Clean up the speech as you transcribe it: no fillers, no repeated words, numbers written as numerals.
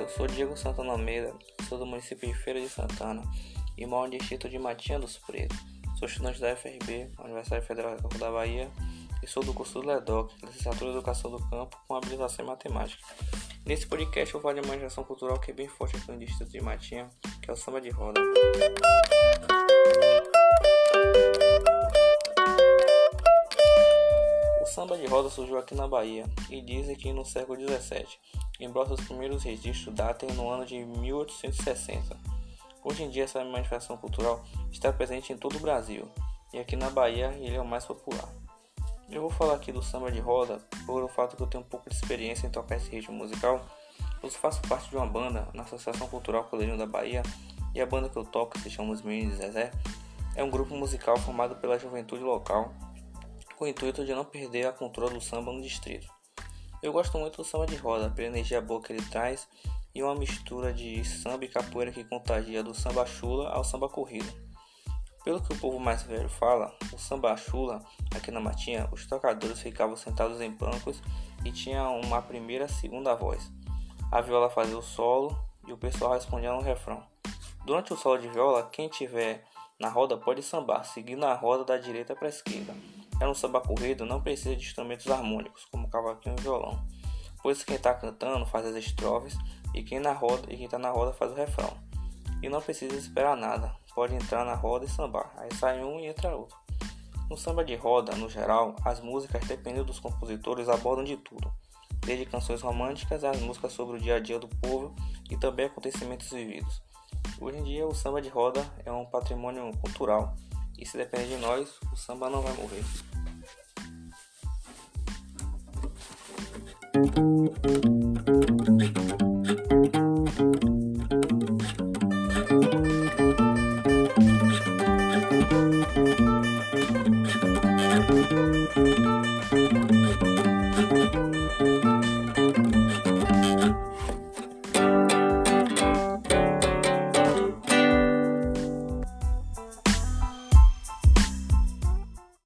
Eu sou Diego Santana Almeida, sou do município de Feira de Santana e moro no distrito de Matinha dos Pretos. Sou estudante da UFRB, Universidade Federal da Bahia, e sou do curso do LEDOC, Licenciatura em Educação do Campo, com habilitação em Matemática. Nesse podcast eu falo de uma manifestação cultural que é bem forte aqui no distrito de Matinha, que é o samba de roda. O samba de roda surgiu aqui na Bahia e dizem que no século XVII, embora seus primeiros registros datem no ano de 1860. Hoje em dia essa manifestação cultural está presente em todo o Brasil e aqui na Bahia ele é o mais popular. Eu vou falar aqui do samba de roda por o fato que eu tenho um pouco de experiência em tocar esse ritmo musical. Eu faço parte de uma banda na Associação Cultural Coleirinho da Bahia e a banda que eu toco, que se chama Os Meninos de Zezé, é um grupo musical formado pela juventude local com o intuito de não perder a cultura do samba no distrito. Eu gosto muito do samba de roda, pela energia boa que ele traz e uma mistura de samba e capoeira que contagia do samba chula ao samba corrido. Pelo que o povo mais velho fala, o samba chula, aqui na Matinha, os tocadores ficavam sentados em bancos e tinha uma primeira e segunda voz. A viola fazia o solo e o pessoal respondia no refrão. Durante o solo de viola, quem tiver na roda pode sambar, seguindo a roda da direita para a esquerda. Um samba corrido não precisa de instrumentos harmônicos, como cavaquinho e violão, pois quem está cantando faz as estrofes e quem está na roda faz o refrão. E não precisa esperar nada, pode entrar na roda e sambar, aí sai um e entra outro. No samba de roda, no geral, as músicas, dependendo dos compositores, abordam de tudo, desde canções românticas às músicas sobre o dia a dia do povo e também acontecimentos vividos. Hoje em dia o samba de roda é um patrimônio cultural e se depender de nós, o samba não vai morrer.